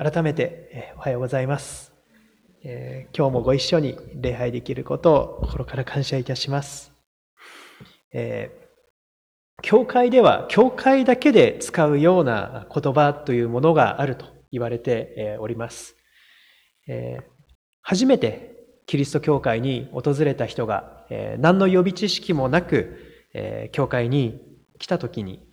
改めて、おはようございます。今日もご一緒に礼拝できることを心から感謝いたします。教会では教会だけで使うような言葉というものがあると言われております。初めてキリスト教会に訪れた人が何の予備知識もなく教会に来たときに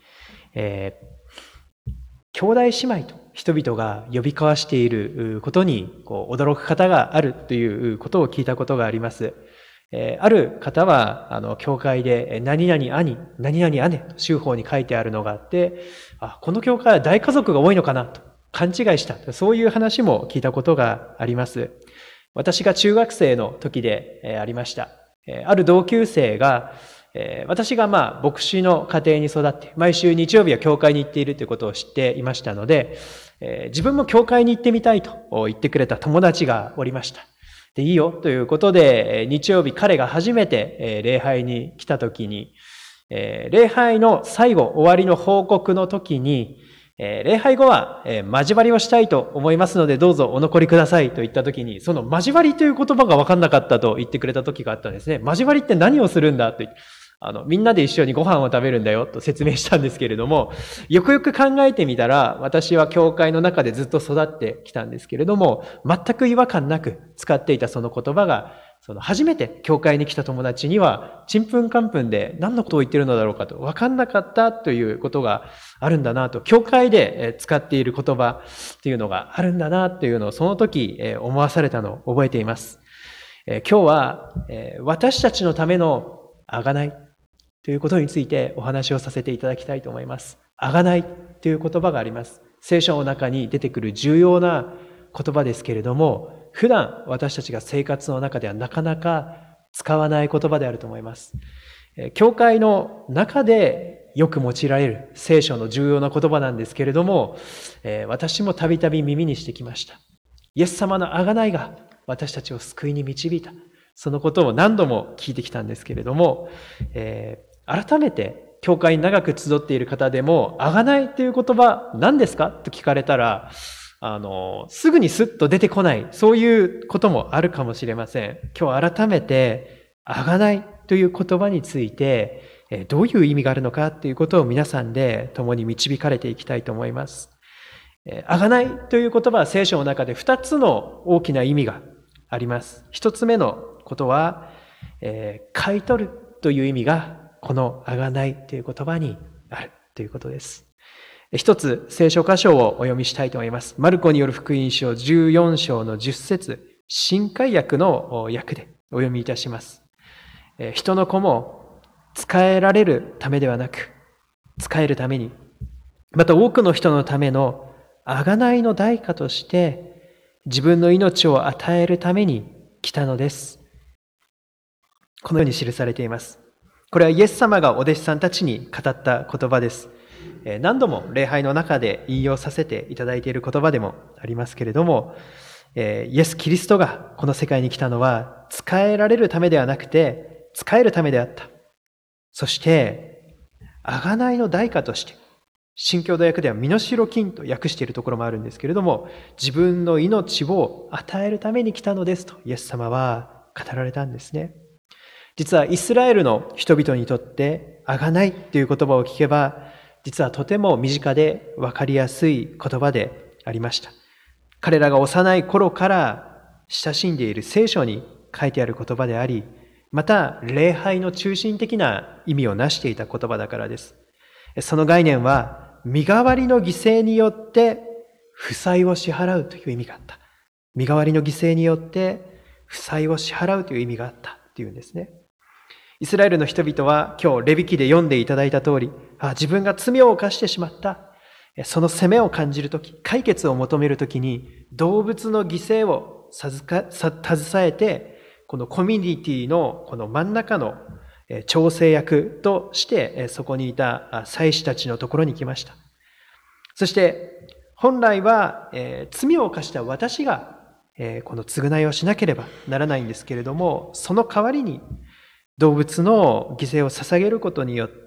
兄弟姉妹と人々が呼び交わしていることに驚く方があるということを聞いたことがあります。ある方は教会で何々兄、何々姉と州法に書いてあるのがあって、この教会は大家族が多いのかなと勘違いした、そういう話も聞いたことがあります。私が中学生の時でありました。ある同級生が私が牧師の家庭に育って毎週日曜日は教会に行っているということを知っていましたので、自分も教会に行ってみたいと言ってくれた友達がおりました。で、いいよということで日曜日彼が初めて礼拝に来た時に、礼拝の最後終わりの報告の時に、礼拝後は交わりをしたいと思いますのでどうぞお残りくださいと言った時に、その交わりという言葉が分かんなかったと言ってくれた時があったんですね。交わりって何をするんだと言って、みんなで一緒にご飯を食べるんだよと説明したんですけれども、よくよく考えてみたら、私は教会の中でずっと育ってきたんですけれども、全く違和感なく使っていたその言葉が、初めて教会に来た友達には、ちんぷんかんぷんで何のことを言っているのだろうかと分かんなかったということがあるんだなと、教会で使っている言葉っていうのがあるんだなというのをその時思わされたのを覚えています。今日は私たちのための贖いということについてお話をさせていただきたいと思います。贖いという言葉があります。聖書の中に出てくる重要な言葉ですけれども、普段私たちが生活の中ではなかなか使わない言葉であると思います。教会の中でよく用いられる聖書の重要な言葉なんですけれども、私もたびたび耳にしてきました。イエス様の贖いが私たちを救いに導いた。そのことを何度も聞いてきたんですけれども、改めて教会に長く集っている方でも、贖いという言葉何ですかと聞かれたら、すぐにスッと出てこない、そういうこともあるかもしれません。今日改めて、贖いという言葉について、どういう意味があるのかということを皆さんで共に導かれていきたいと思います。贖いという言葉は聖書の中で2つの大きな意味があります。1つ目のことは、買い取るという意味がこの贖いという言葉にあるということです。一つ聖書箇所をお読みしたいと思います。マルコによる福音書14章の10節、新海訳の訳でお読みいたします。人の子も仕えられるためではなく、仕えるために、また多くの人のための贖いの代価として自分の命を与えるために来たのです。このように記されています。これはイエス様がお弟子さんたちに語った言葉です。何度も礼拝の中で引用させていただいている言葉でもありますけれども、イエス・キリストがこの世界に来たのは仕えられるためではなくて仕えるためであった。そして贖いの代価として、新共同訳では身代金と訳しているところもあるんですけれども、自分の命を与えるために来たのですとイエス様は語られたんですね。実はイスラエルの人々にとって贖いという言葉を聞けば、実はとても身近で分かりやすい言葉でありました。彼らが幼い頃から親しんでいる聖書に書いてある言葉であり、また礼拝の中心的な意味をなしていた言葉だからです。その概念は身代わりの犠牲によって負債を支払うという意味があった。身代わりの犠牲によって負債を支払うという意味があったというんですね。イスラエルの人々は今日レビ記で読んでいただいた通り、自分が罪を犯してしまった。その責めを感じるとき、解決を求めるときに動物の犠牲を携えて、このコミュニティのこの真ん中の調整役としてそこにいた祭司たちのところに来ました。そして本来は罪を犯した私がこの償いをしなければならないんですけれども、その代わりに動物の犠牲を捧げることによって、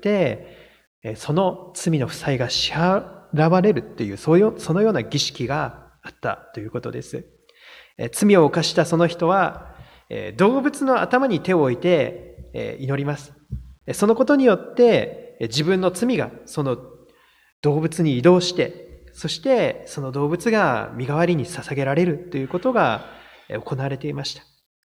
その罪の負債が支払われるっていう、そのような儀式があったということです。罪を犯したその人は、動物の頭に手を置いて祈ります。そのことによって自分の罪がその動物に移動して、そしてその動物が身代わりに捧げられるということが行われていました。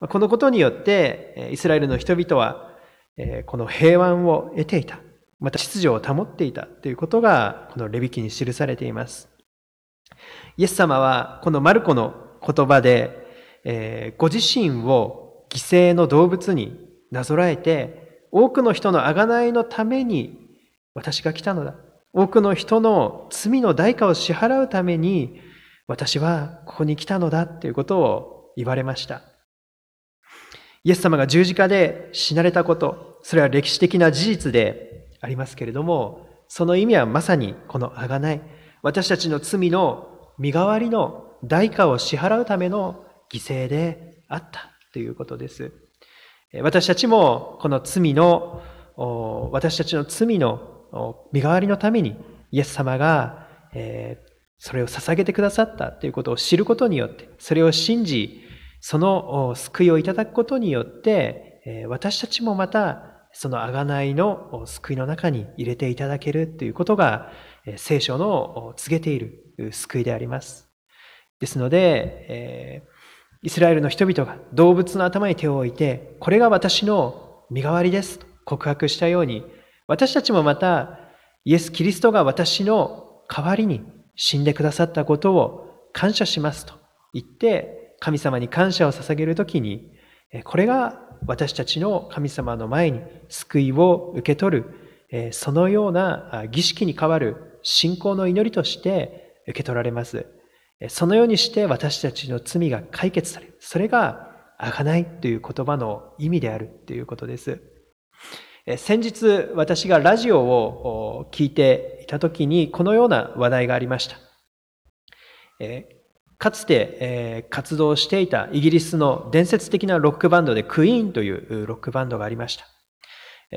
このことによってイスラエルの人々はこの平安を得ていた。また秩序を保っていたということがこのレビ記に記されています。イエス様はこのマルコの言葉で、ご自身を犠牲の動物になぞらえて、多くの人の贖いのために私が来たのだ。多くの人の罪の代価を支払うために私はここに来たのだということを言われました。イエス様が十字架で死なれたこと、それは歴史的な事実でありますけれども、その意味はまさにこの贖い、私たちの罪の身代わりの代価を支払うための犠牲であったということです。私たちもこの私たちの罪の身代わりのためにイエス様がそれを捧げてくださったということを知ることによって、それを信じ、その救いをいただくことによって、私たちもまたその贖いの救いの中に入れていただけるということが、聖書の告げている救いであります。ですので、イスラエルの人々が動物の頭に手を置いて、これが私の身代わりですと告白したように、私たちもまたイエス・キリストが私の代わりに死んでくださったことを感謝しますと言って、神様に感謝を捧げるときに、これが私たちの神様の前に救いを受け取る、そのような儀式に代わる信仰の祈りとして受け取られます。そのようにして私たちの罪が解決される。それが贖いという言葉の意味であるということです。先日私がラジオを聞いていたときにこのような話題がありました。かつて活動していたイギリスの伝説的なロックバンドでクイーンというロックバンドがありました。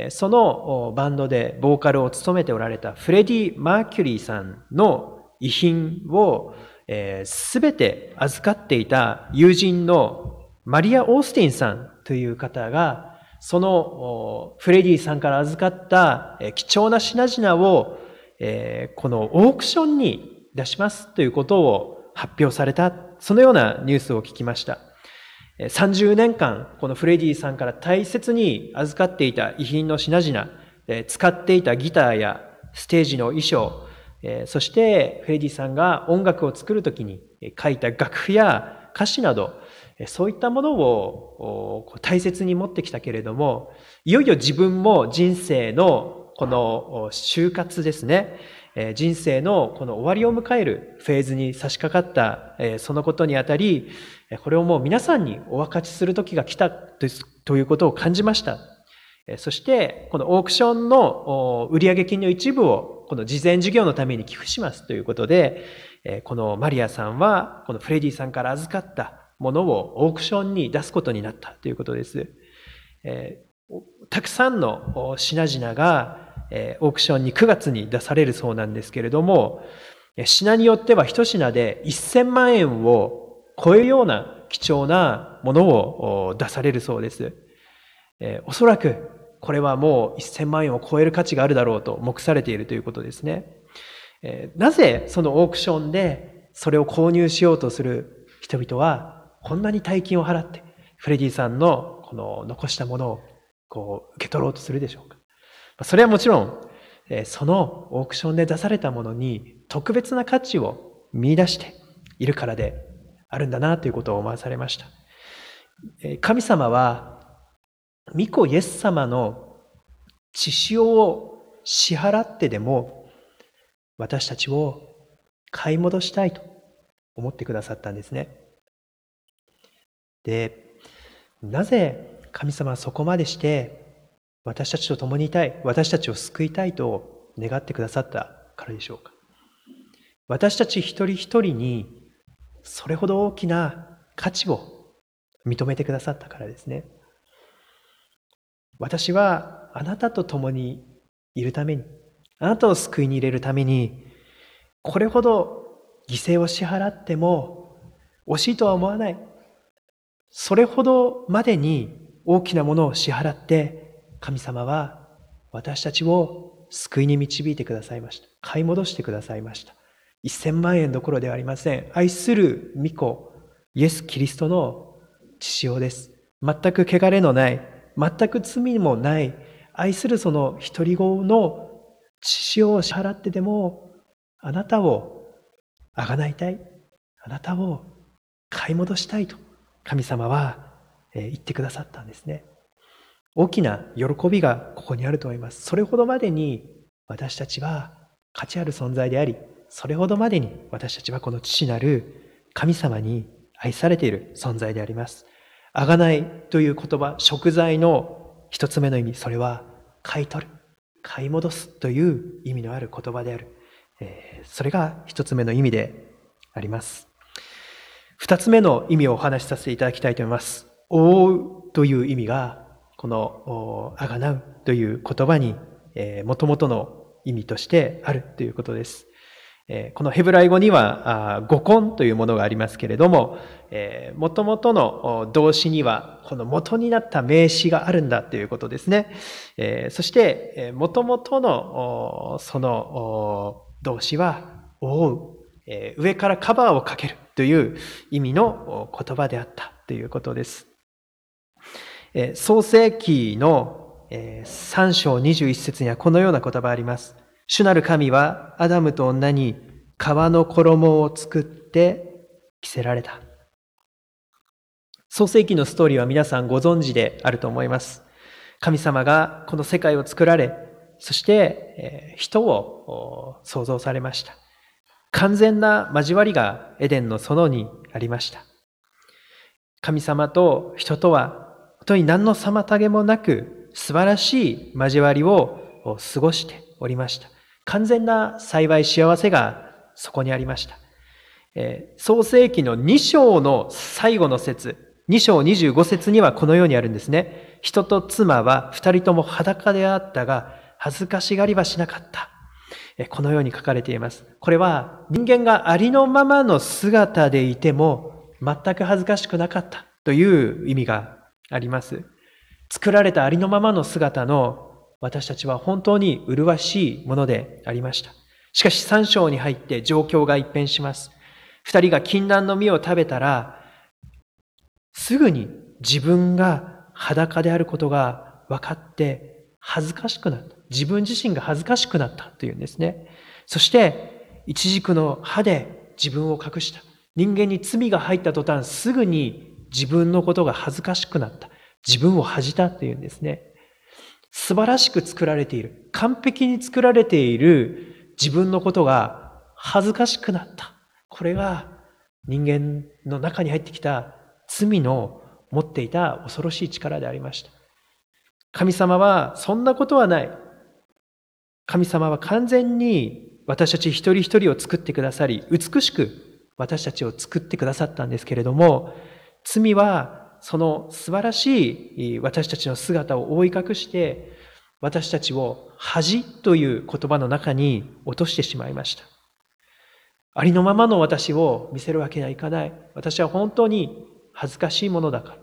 そのバンドでボーカルを務めておられたフレディ・マーキュリーさんの遺品をすべて預かっていた友人のマリア・オースティンさんという方が、そのフレディさんから預かった貴重な品々をこのオークションに出しますということを発表された、そのようなニュースを聞きました。30年間、このフレディさんから大切に預かっていた遺品の品々、使っていたギターやステージの衣装、そしてフレディさんが音楽を作るときに書いた楽譜や歌詞など、そういったものを大切に持ってきたけれども、いよいよ自分も人生のこの就活ですね、人生のこの終わりを迎えるフェーズに差し掛かったそのことにあたり、これをもう皆さんにお分かちする時が来たということを感じました。そしてこのオークションの売上金の一部をこの慈善事業のために寄付しますということで、このマリアさんはこのフレディさんから預かったものをオークションに出すことになったということです。たくさんの品々がオークションに9月に出されるそうなんですけれども、品によっては一品で1000万円を超えるような貴重なものを出されるそうです。おそらくこれはもう1000万円を超える価値があるだろうと目されているということですね。なぜそのオークションでそれを購入しようとする人々はこんなに大金を払ってフレディさんのこの残したものを受け取ろうとするでしょうか。それはもちろんそのオークションで出されたものに特別な価値を見出しているからであるんだなということを思わされました。神様は御子イエス様の血潮を支払ってでも私たちを買い戻したいと思ってくださったんですね。で、なぜ神様はそこまでして私たちと共にいたい、私たちを救いたいと願ってくださったからでしょうか。私たち一人一人にそれほど大きな価値を認めてくださったからですね。私はあなたと共にいるために、あなたを救いに入れるために、これほど犠牲を支払っても惜しいとは思わない。それほどまでに大きなものを支払って、神様は私たちを救いに導いてくださいました。買い戻してくださいました。1000万円どころではありません。愛する御子、イエス・キリストの血潮です。全く汚れのない、全く罪もない、愛するその一人子の血潮を支払ってでも、あなたを贖いたい。あなたを買い戻したいと神様は言ってくださったんですね。大きな喜びがここにあると思います。それほどまでに私たちは価値ある存在であり、それほどまでに私たちはこの父なる神様に愛されている存在であります。贖いという言葉、贖罪の一つ目の意味、それは買い取る、買い戻すという意味のある言葉である。それが一つ目の意味であります。二つ目の意味をお話しさせていただきたいと思います。覆うという意味が、このあがなうという言葉に元々の意味としてあるということです。このヘブライ語には語根というものがありますけれども、元々の動詞にはこの元になった名詞があるんだということですね。そして元々のその動詞は覆う、上からカバーをかけるという意味の言葉であったということです。創世記の3章21節にはこのような言葉があります。主なる神はアダムと女に皮の衣を作って着せられた。創世記のストーリーは皆さんご存知であると思います。神様がこの世界を作られ、そして人を創造されました。完全な交わりがエデンの園にありました。神様と人とは本当に何の妨げもなく素晴らしい交わりを過ごしておりました。完全な幸い幸せがそこにありました。創世記の2章の最後の節、2章25節にはこのようにあるんですね。人と妻は2人とも裸であったが恥ずかしがりはしなかった。このように書かれています。これは人間がありのままの姿でいても全く恥ずかしくなかったという意味があります。作られたありのままの姿の私たちは本当に麗しいものでありました。しかし3章に入って状況が一変します。2人が禁断の実を食べたら、すぐに自分が裸であることが分かって恥ずかしくなった。自分自身が恥ずかしくなったというんですね。そして、イチジクの葉で自分を隠した。人間に罪が入った途端、すぐに自分のことが恥ずかしくなった。自分を恥じたというんですね。素晴らしく作られている。完璧に作られている自分のことが恥ずかしくなった。これが人間の中に入ってきた罪の持っていた恐ろしい力でありました。神様はそんなことはない。神様は完全に私たち一人一人を作ってくださり、美しく私たちを作ってくださったんですけれども、罪はその素晴らしい私たちの姿を覆い隠して、私たちを恥という言葉の中に落としてしまいました。ありのままの私を見せるわけにはいかない。私は本当に恥ずかしいものだから。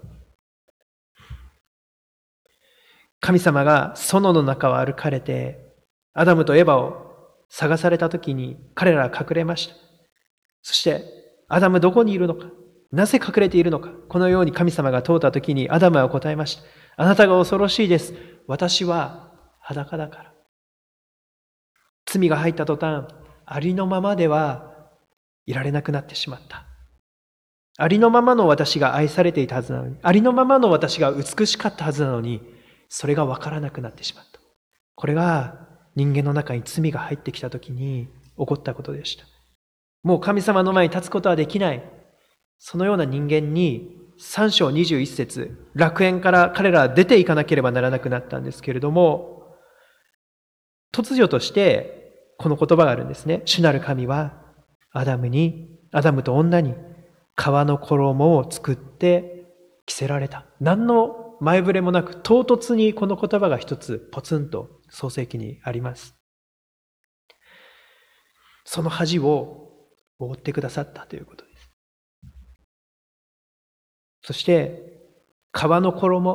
神様が園の中を歩かれて、アダムとエバを探されたときに彼らは隠れました。そして、アダムどこにいるのか、なぜ隠れているのか、このように神様が問うたときにアダムは答えました。あなたが恐ろしいです。私は裸だから。罪が入った途端、ありのままではいられなくなってしまった。ありのままの私が愛されていたはずなのに、ありのままの私が美しかったはずなのに、それがわからなくなってしまった。これが人間の中に罪が入ってきたときに起こったことでした。もう神様の前に立つことはできない。そのような人間に3章21節、楽園から彼らは出ていかなければならなくなったんですけれども、突如としてこの言葉があるんですね。主なる神はアダムと女に皮の衣を作って着せられた。何の前触れもなく唐突にこの言葉が一つポツンと創世記にあります。その恥を覆ってくださったということです。そして、皮の衣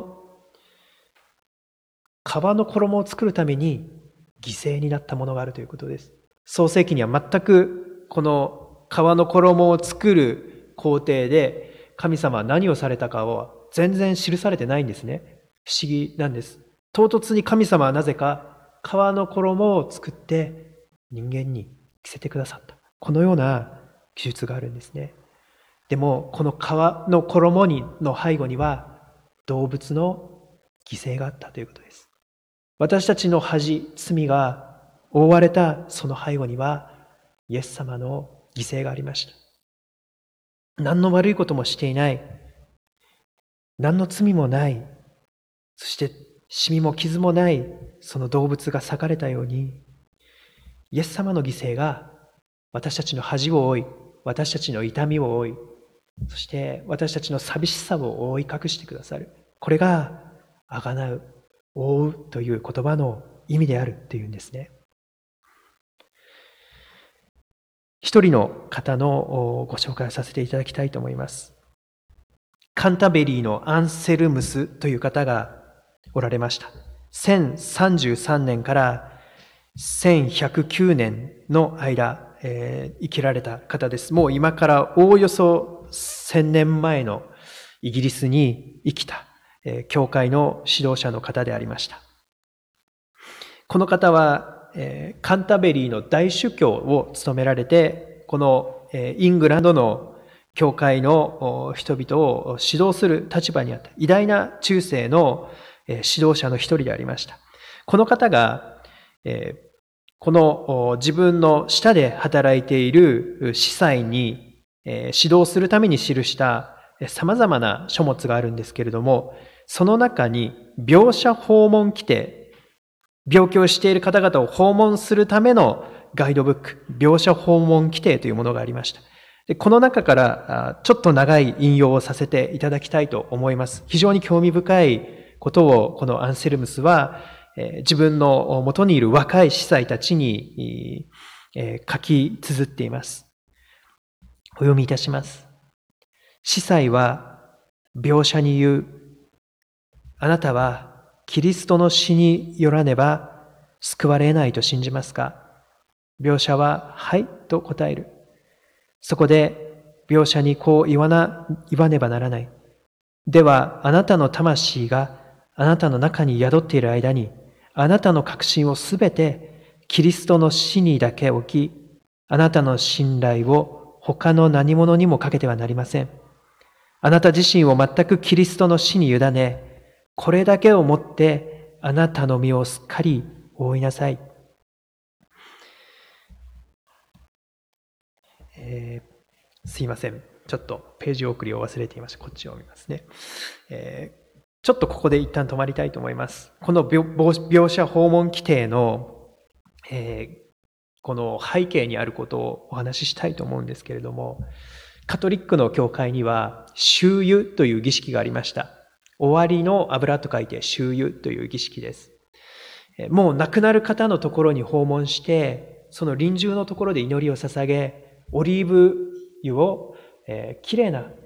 を作るために犠牲になったものがあるということです。創世記には全くこの皮の衣を作る工程で神様は何をされたかは全然記されてないんですね。不思議なんです。唐突に神様はなぜか皮の衣を作って人間に着せてくださった。このような記述があるんですね。でもこの皮の衣の背後には動物の犠牲があったということです。私たちの罪が覆われたその背後にはイエス様の犠牲がありました。何の悪いこともしていない、何の罪もない、そしてシミも傷もないその動物が裂かれたように、イエス様の犠牲が私たちの恥を負い、私たちの痛みを負い、そして私たちの寂しさを覆い隠してくださる。これがあがなう、覆うという言葉の意味であるというんですね。一人の方のご紹介をさせていただきたいと思います。カンタベリーのアンセルムスという方がおられました。1033年から1109年の間、生きられた方です。もう今からおおよそ1000年前のイギリスに生きた、教会の指導者の方でありました。この方は、カンタベリーの大主教を務められて、このイングランドの教会の人々を指導する立場にあった偉大な中世の指導者の一人でありました。この方が、この自分の下で働いている司祭に指導するために記した様々な書物があるんですけれども、その中に病者訪問規定、病気をしている方々を訪問するためのガイドブック、病者訪問規定というものがありました。で、この中からちょっと長い引用をさせていただきたいと思います。非常に興味深いことをこのアンセルムスは自分の元にいる若い司祭たちに書き綴っています。お読みいたします。司祭は病者に言う。あなたはキリストの死によらねば救われないと信じますか？病者ははいと答える。そこで病者にこう言わねばならない。ではあなたの魂があなたの中に宿っている間にあなたの確信をすべてキリストの死にだけ置き、あなたの信頼を他の何者にもかけてはなりません。あなた自身を全くキリストの死に委ね、これだけをもってあなたの身をすっかり覆いなさい。すいません。ちょっとページ送りを忘れていました。こっちを見ますね。ちょっとここで一旦止まりたいと思います。この病者訪問規定の、この背景にあることをお話ししたいと思うんですけれども、カトリックの教会には周遊という儀式がありました。終わりの油と書いて周遊という儀式です。もう亡くなる方のところに訪問して、その臨終のところで祈りを捧げ、オリーブ油を、きれいな、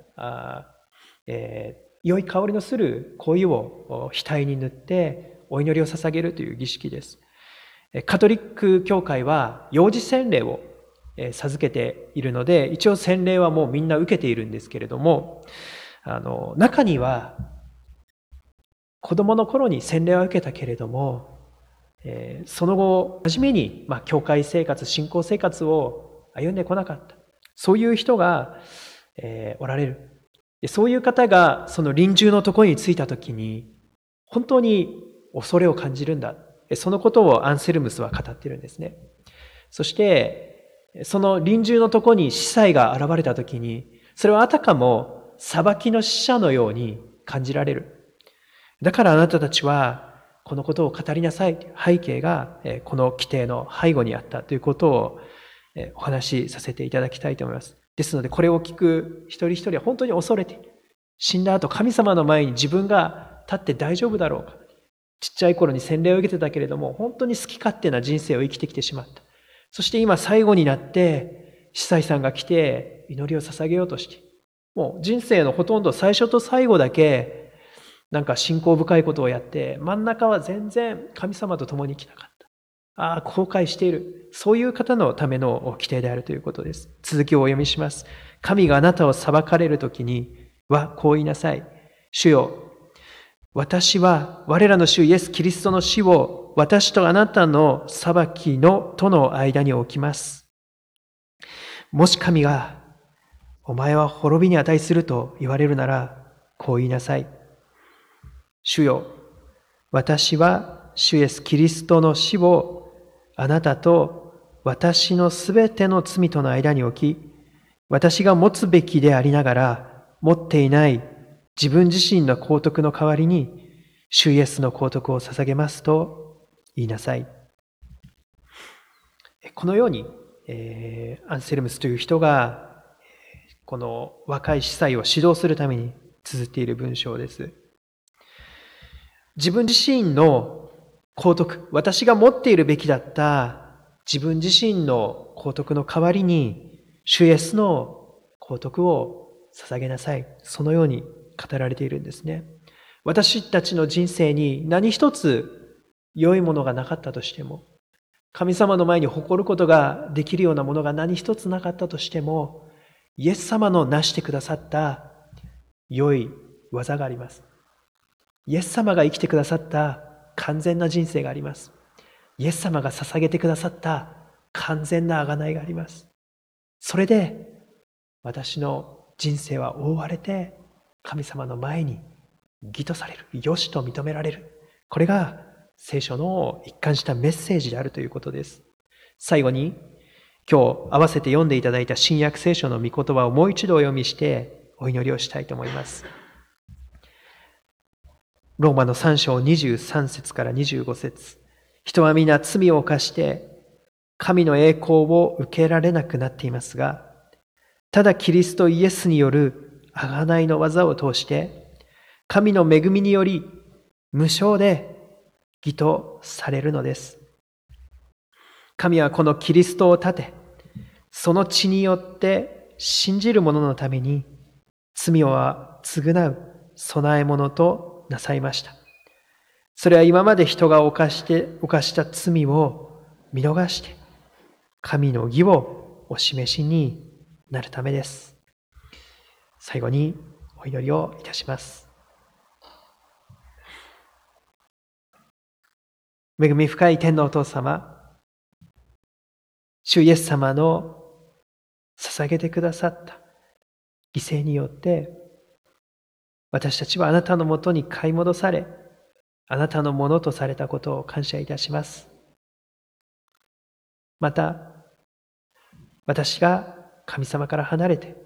良い香りのする香油を額に塗ってお祈りを捧げるという儀式です。カトリック教会は幼児洗礼を授けているので、一応洗礼はもうみんな受けているんですけれども、中には子供の頃に洗礼は受けたけれども、その後、初めに、教会生活、信仰生活を歩んでこなかった。そういう人が、おられる。そういう方が、その臨終のところに着いたときに、本当に恐れを感じるんだ。そのことをアンセルムスは語っているんですね。そして、その臨終のところに司祭が現れたときに、それはあたかも裁きの使者のように感じられる。だからあなたたちは、このことを語りなさいという背景が、この規定の背後にあったということをお話しさせていただきたいと思います。ですので、これを聞く一人一人は本当に恐れている。死んだ後、神様の前に自分が立って大丈夫だろうか。ちっちゃい頃に洗礼を受けてたけれども、本当に好き勝手な人生を生きてきてしまった。そして今最後になって、 司祭さんが来て祈りを捧げようとして、もう人生のほとんど最初と最後だけ、なんか信仰深いことをやって、真ん中は全然神様と共に生きなかった。ああ、後悔している。そういう方のための規定であるということです。続きをお読みします。神があなたを裁かれるときにはこう言いなさい。主よ、私は我らの主イエス・キリストの死を私とあなたの裁きのとの間に置きます。もし神がお前は滅びに値すると言われるならこう言いなさい。主よ、私は主イエス・キリストの死をあなたと私のすべての罪との間に置き、私が持つべきでありながら持っていない自分自身の幸徳の代わりに主イエスの幸徳を捧げますと言いなさい。このように、アンセルムスという人がこの若い司祭を指導するために綴っている文章です。自分自身の幸徳、私が持っているべきだった自分自身の幸徳の代わりに主イエスの幸徳を捧げなさい。そのように語られているんですね。私たちの人生に何一つ良いものがなかったとしても、神様の前に誇ることができるようなものが何一つなかったとしても、イエス様の成してくださった良い技があります。イエス様が生きてくださった完全な人生があります。イエス様が捧げてくださった完全な贖いがあります。それで私の人生は覆われて神様の前に義とされる、よしと認められる。これが聖書の一貫したメッセージであるということです。最後に今日合わせて読んでいただいた新約聖書の御言葉をもう一度お読みしてお祈りをしたいと思います。ローマの3章23節から25節。人は皆罪を犯して神の栄光を受けられなくなっていますが、ただキリストイエスによる贖いの技を通して神の恵みにより無償で義とされるのです。神はこのキリストを立て、その血によって信じる者のために罪を償う備え物となさいました。それは今まで人が犯した罪を見逃して神の義をお示しになるためです。最後にお祈りをいたします。恵み深い天のお父様、主イエス様の捧げてくださった犠牲によって私たちはあなたのもとに買い戻され、あなたのものとされたことを感謝いたします。また、私が神様から離れて、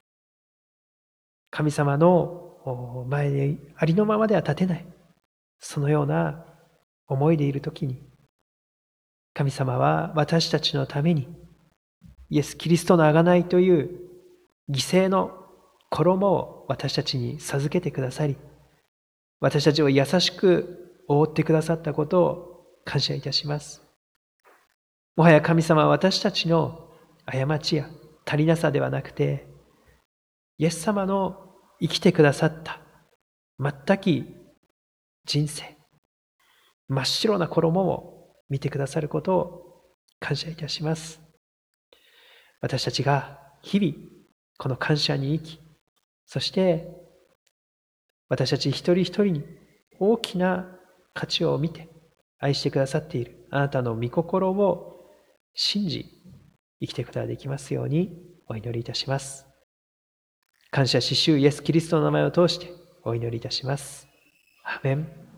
神様の前にありのままでは立てない、そのような思いでいるときに、神様は私たちのために、イエス・キリストの贖いという犠牲の衣を私たちに授けてくださり、私たちを優しく覆ってくださったことを感謝いたします。もはや神様は私たちの過ちや足りなさではなくて、イエス様の生きてくださった全き人生、真っ白な衣を見てくださることを感謝いたします。私たちが日々この感謝に生き、そして私たち一人一人に大きな価値を見て愛してくださっているあなたの御心を信じ生きていくことができますようにお祈りいたします。感謝し主イエス・キリストの名前を通してお祈りいたします。アーメン。